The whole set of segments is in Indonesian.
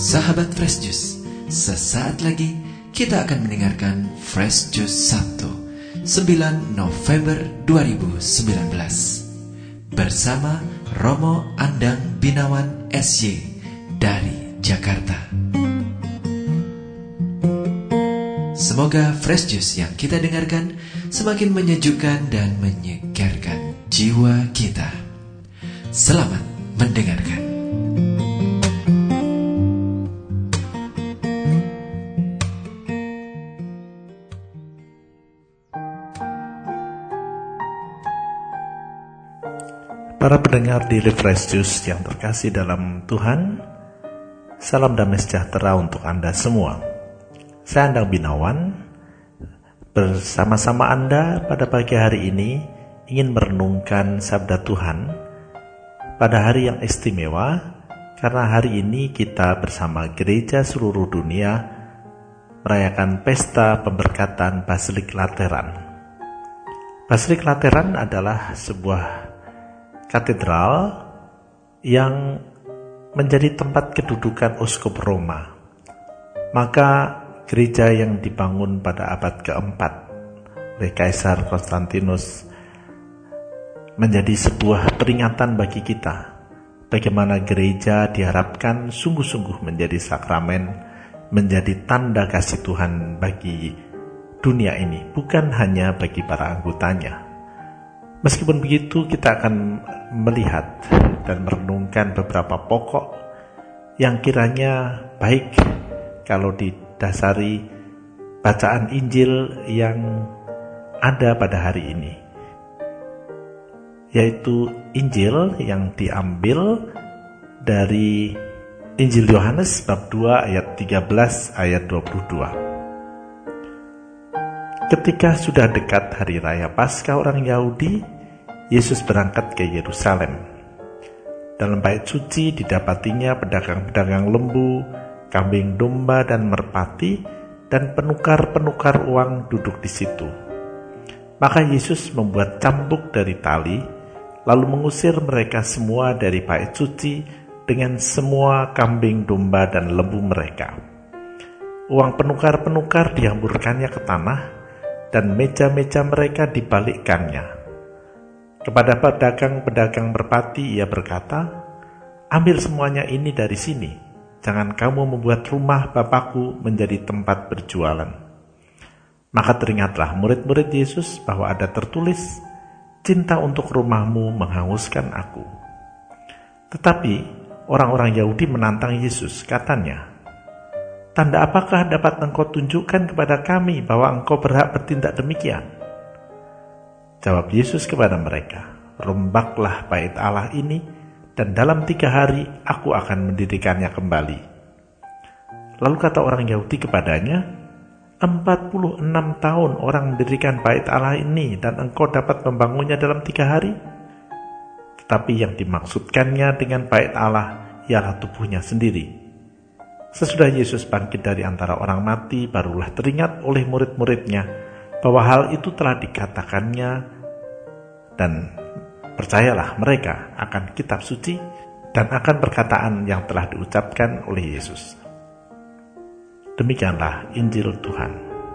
Sahabat Fresh Juice, sesaat lagi kita akan mendengarkan Fresh Juice Sabtu 9 November 2019 bersama Romo Andang Binawan SY dari Jakarta. Semoga Fresh Juice yang kita dengarkan semakin menyejukkan dan menyegarkan jiwa kita. Selamat mendengarkan. Para pendengar di Fresh Juice yang terkasih dalam Tuhan, salam damai sejahtera untuk Anda semua. Saya Andang Binawan, bersama-sama Anda pada pagi hari ini ingin merenungkan sabda Tuhan pada hari yang istimewa, karena hari ini kita bersama gereja seluruh dunia merayakan pesta pemberkatan Basilik Lateran. Basilik Lateran adalah sebuah katedral yang menjadi tempat kedudukan uskup Roma. Maka gereja yang dibangun pada abad keempat oleh Kaisar Konstantinus menjadi sebuah peringatan bagi kita bagaimana gereja diharapkan sungguh-sungguh menjadi sakramen, menjadi tanda kasih Tuhan bagi dunia ini, bukan hanya bagi para anggotanya. Meskipun begitu, kita akan melihat dan merenungkan beberapa pokok yang kiranya baik kalau didasari bacaan Injil yang ada pada hari ini, yaitu Injil yang diambil dari Injil Yohanes bab 2 ayat 13 ayat 22. Ketika sudah dekat hari raya Paskah orang Yahudi, Yesus berangkat ke Yerusalem. Dalam bait suci didapatinya pedagang-pedagang lembu, kambing domba dan merpati, dan penukar-penukar uang duduk di situ. Maka Yesus membuat cambuk dari tali, lalu mengusir mereka semua dari bait suci dengan semua kambing domba dan lembu mereka. Uang penukar-penukar dihamburkannya ke tanah, dan meja-meja mereka dibalikkannya. Kepada pedagang-pedagang merpati ia berkata, "Ambil semuanya ini dari sini, jangan kamu membuat rumah Bapakku menjadi tempat berjualan." Maka teringatlah murid-murid Yesus bahwa ada tertulis, "Cinta untuk rumahmu menghanguskan aku." Tetapi orang-orang Yahudi menantang Yesus, katanya, "Tanda apakah dapat engkau tunjukkan kepada kami bahwa engkau berhak bertindak demikian?" Jawab Yesus kepada mereka, "Rombaklah bait Allah ini, dan dalam 3 hari aku akan mendirikannya kembali." Lalu kata orang Yahudi kepadanya, 46 tahun orang mendirikan bait Allah ini, dan engkau dapat membangunnya dalam 3 hari? Tetapi yang dimaksudkannya dengan bait Allah ialah tubuhnya sendiri. Sesudah Yesus bangkit dari antara orang mati, barulah teringat oleh murid-muridnya bahwa hal itu telah dikatakannya, dan percayalah mereka akan kitab suci dan akan perkataan yang telah diucapkan oleh Yesus. Demikianlah Injil Tuhan.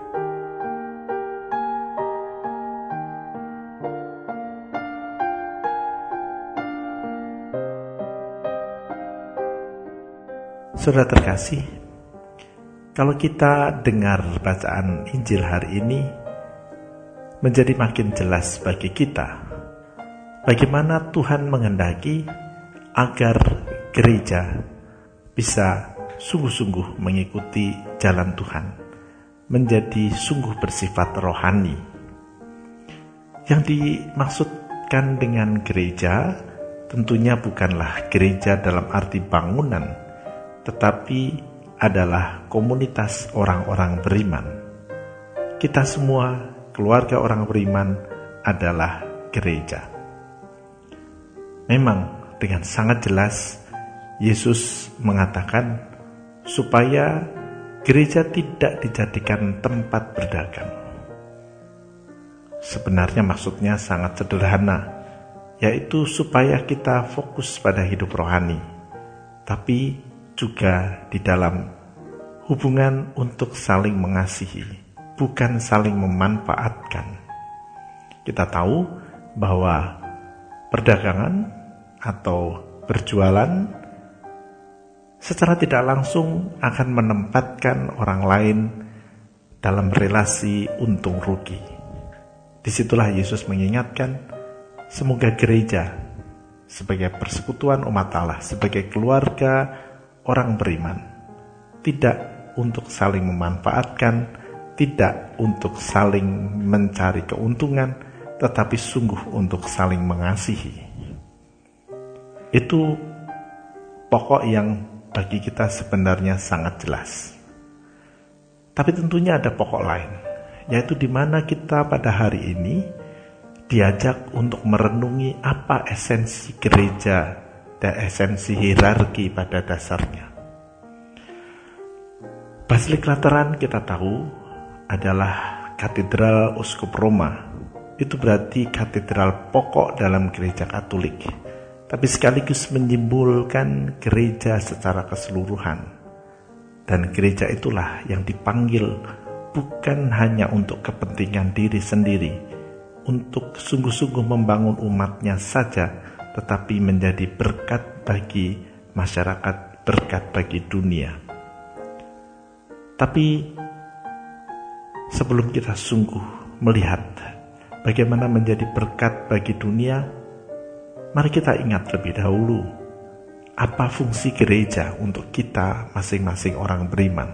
Saudara terkasih, kalau kita dengar bacaan Injil hari ini, menjadi makin jelas bagi kita bagaimana Tuhan menghendaki agar gereja bisa sungguh-sungguh mengikuti jalan Tuhan, menjadi sungguh bersifat rohani. Yang dimaksudkan dengan gereja tentunya bukanlah gereja dalam arti bangunan, tetapi adalah komunitas orang-orang beriman. Kita semua, keluarga orang beriman, adalah gereja. Memang dengan sangat jelas Yesus mengatakan supaya gereja tidak dijadikan tempat berdagang. Sebenarnya maksudnya sangat sederhana, yaitu supaya kita fokus pada hidup rohani. Tapi juga di dalam hubungan untuk saling mengasihi, bukan saling memanfaatkan. Kita tahu bahwa perdagangan atau berjualan secara tidak langsung akan menempatkan orang lain dalam relasi untung rugi. Disitulah Yesus mengingatkan, semoga gereja sebagai persekutuan umat Allah, sebagai keluarga orang beriman, tidak untuk saling memanfaatkan, tidak untuk saling mencari keuntungan, tetapi sungguh untuk saling mengasihi. Itu pokok yang bagi kita sebenarnya sangat jelas. Tapi tentunya ada pokok lain, yaitu di mana kita pada hari ini diajak untuk merenungi apa esensi gereja dan esensi hierarki pada dasarnya. Basilik Lateran kita tahu adalah katedral Uskup Roma. Itu berarti katedral pokok dalam gereja Katolik, tapi sekaligus menyimbolkan gereja secara keseluruhan. Dan gereja itulah yang dipanggil bukan hanya untuk kepentingan diri sendiri, untuk sungguh-sungguh membangun umatnya saja, tetapi menjadi berkat bagi masyarakat, berkat bagi dunia. Tapi sebelum kita sungguh melihat bagaimana menjadi berkat bagi dunia, mari kita ingat lebih dahulu apa fungsi gereja untuk kita masing-masing orang beriman.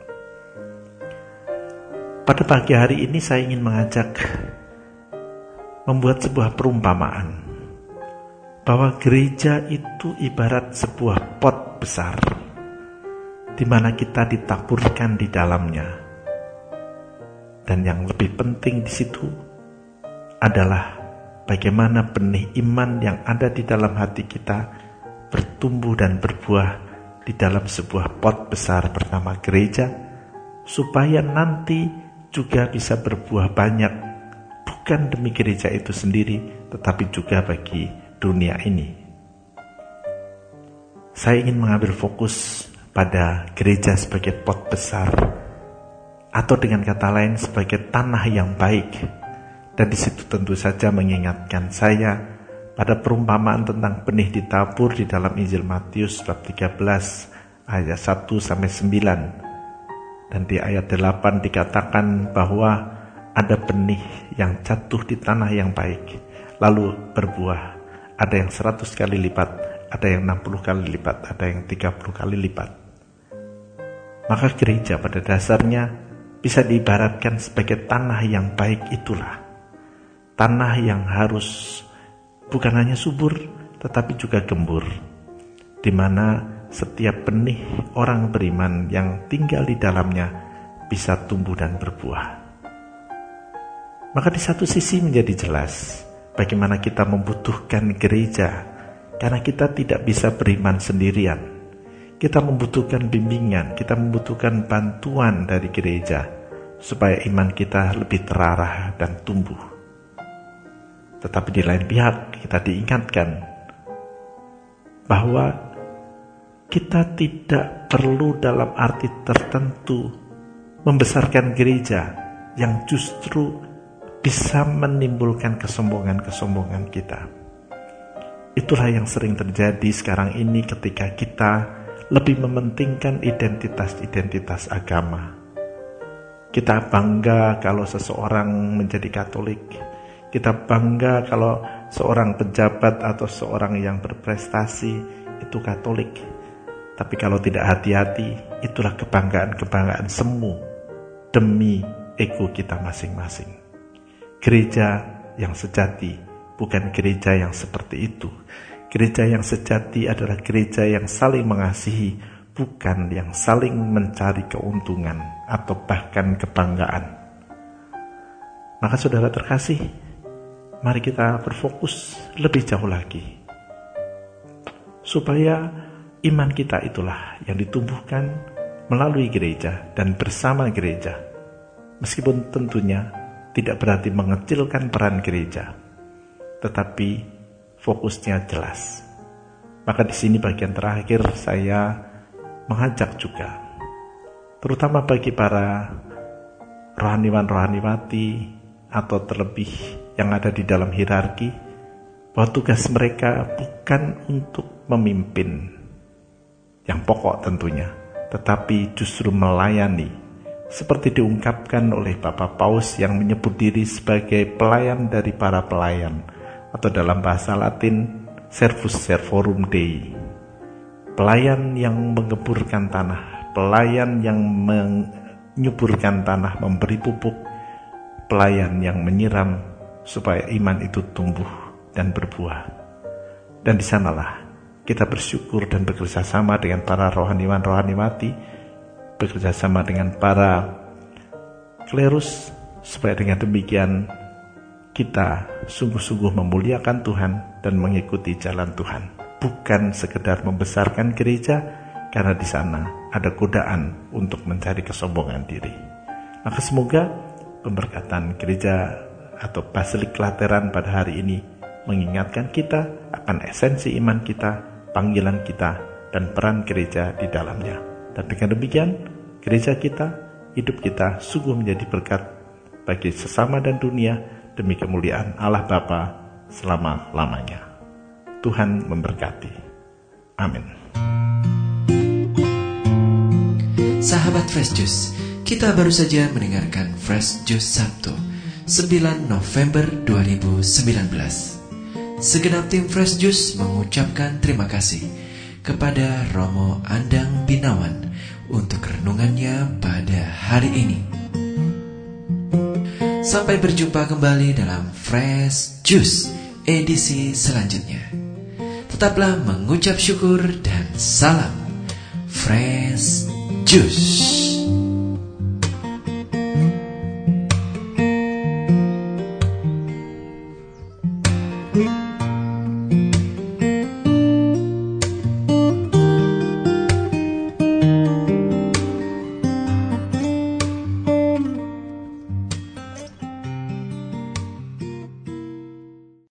Pada pagi hari ini saya ingin mengajak membuat sebuah perumpamaan bahwa gereja itu ibarat sebuah pot besar di mana kita ditaburkan di dalamnya. Dan yang lebih penting di situ adalah bagaimana benih iman yang ada di dalam hati kita bertumbuh dan berbuah di dalam sebuah pot besar bernama gereja, supaya nanti juga bisa berbuah banyak, bukan demi gereja itu sendiri, tetapi juga bagi dunia ini. Saya ingin mengambil fokus pada gereja sebagai pot besar, atau dengan kata lain sebagai tanah yang baik. Dan di situ tentu saja mengingatkan saya pada perumpamaan tentang benih ditabur di dalam Injil Matius bab 13 ayat 1-9. Dan di ayat 8 dikatakan bahwa ada benih yang jatuh di tanah yang baik, lalu berbuah. Ada yang 100 kali lipat, ada yang 60 kali lipat, ada yang 30 kali lipat. Maka gereja pada dasarnya bisa diibaratkan sebagai tanah yang baik itulah. Tanah yang harus bukan hanya subur, tetapi juga gembur, di mana setiap benih orang beriman yang tinggal di dalamnya bisa tumbuh dan berbuah. Maka di satu sisi menjadi jelas bagaimana kita membutuhkan gereja, karena kita tidak bisa beriman sendirian. Kita membutuhkan bimbingan, kita membutuhkan bantuan dari gereja, supaya iman kita lebih terarah dan tumbuh. Tetapi di lain pihak kita diingatkan bahwa kita tidak perlu dalam arti tertentu membesarkan gereja yang justru bisa menimbulkan kesombongan-kesombongan kita. Itulah yang sering terjadi sekarang ini ketika kita lebih mementingkan identitas-identitas agama. Kita bangga kalau seseorang menjadi Katolik. Kita bangga kalau seorang pejabat atau seorang yang berprestasi itu Katolik. Tapi kalau tidak hati-hati, itulah kebanggaan-kebanggaan semu demi ego kita masing-masing. Gereja yang sejati bukan gereja yang seperti itu. Gereja yang sejati adalah gereja yang saling mengasihi, bukan yang saling mencari keuntungan atau bahkan kebanggaan. Maka saudara terkasih, mari kita berfokus lebih jauh lagi, supaya iman kita itulah yang ditumbuhkan melalui gereja dan bersama gereja. Meskipun tentunya tidak berarti mengecilkan peran gereja, tetapi fokusnya jelas. Maka di sini bagian terakhir saya mengajak juga, terutama bagi para rohaniwan-rohaniwati atau terlebih yang ada di dalam hierarki, bahwa tugas mereka bukan untuk memimpin yang pokok tentunya, tetapi justru melayani, seperti diungkapkan oleh Bapak Paus yang menyebut diri sebagai pelayan dari para pelayan, atau dalam bahasa Latin Servus Servorum Dei, pelayan yang mengeburkan tanah, pelayan yang menyuburkan tanah, memberi pupuk, pelayan yang menyiram supaya iman itu tumbuh dan berbuah. Dan di sanalah kita bersyukur dan bekerja sama dengan para rohaniwan-rohaniwati, bekerja sama dengan para klerus, supaya dengan demikian kita sungguh-sungguh memuliakan Tuhan dan mengikuti jalan Tuhan. Bukan sekedar membesarkan gereja, karena di sana ada godaan untuk mencari kesombongan diri. Maka semoga pemberkatan gereja atau Basilik Lateran pada hari ini mengingatkan kita akan esensi iman kita, panggilan kita, dan peran gereja di dalamnya. Dan dengan demikian, gereja kita, hidup kita sungguh menjadi berkat bagi sesama dan dunia, demi kemuliaan Allah Bapa selama-lamanya. Tuhan memberkati. Amin. Sahabat Fresh Juice, kita baru saja mendengarkan Fresh Juice Sabtu 9 November 2019. Segenap tim Fresh Juice mengucapkan terima kasih kepada Romo Andang Binawan untuk renungannya pada hari ini. Sampai berjumpa kembali dalam Fresh Juice edisi selanjutnya. Tetaplah mengucap syukur dan salam Fresh Juice.